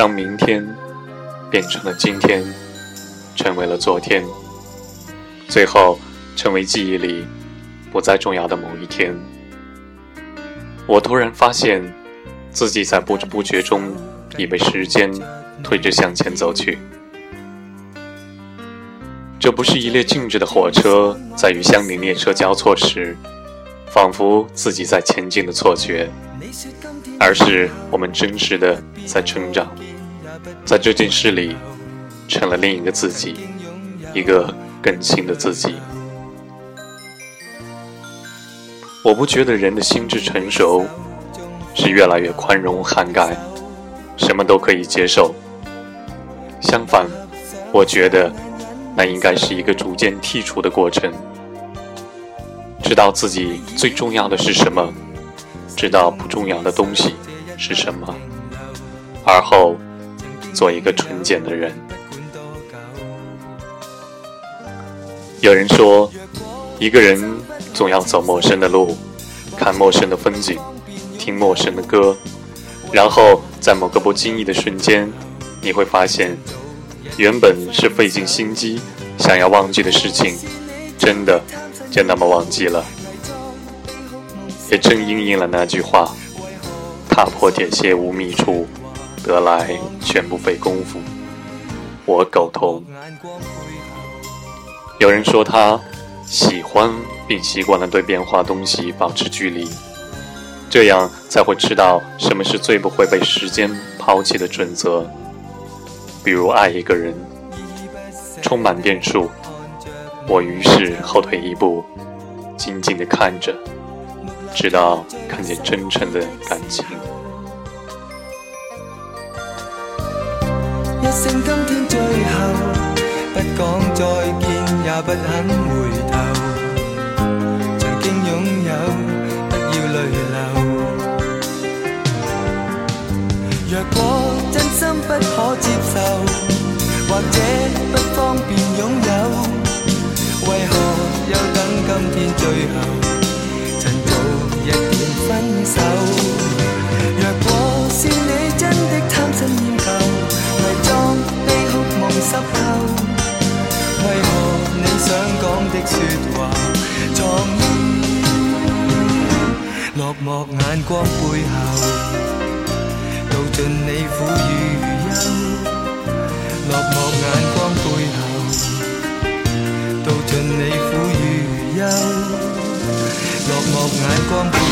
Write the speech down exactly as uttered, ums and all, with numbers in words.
当明天变成了今天，成为了昨天，最后成为记忆里不再重要的某一天。我突然发现自己在不知不觉中已被时间推着向前走去。这不是一列静止的火车在与相邻列车交错时仿佛自己在前进的错觉，而是我们真实的在成长，在这件事里成了另一个自己，一个更新的自己。我不觉得人的心智成熟是越来越宽容涵盖，什么都可以接受。相反，我觉得那应该是一个逐渐剔除的过程，知道自己最重要的是什么，知道不重要的东西是什么，而后做一个纯简的人。有人说，一个人总要走陌生的路，看陌生的风景，听陌生的歌，然后在某个不经意的瞬间，你会发现原本是费尽心机想要忘记的事情，真的就那么忘记了。也正应验了那句话，踏破铁鞋无觅处，得来全不费功夫。我苟同。有人说他喜欢并习惯了对变化东西保持距离，这样才会知道什么是最不会被时间抛弃的准则。比如爱一个人充满变数，我于是后退一步，静静地看着，直到看见真诚的感情。 一聲今天最後不講再見也不肯回頭，曾經擁有不要淚流，若果真心不可接受，或者不方便擁有，為何又等今天最後趁早一點分手？若果是你真的貪新厭舊，偽裝悲哭夢濕透，為何你想講的說話藏於落寞眼光背後，道盡你苦與憂，落寞眼光背後，道盡你苦與憂，落寞眼光背後。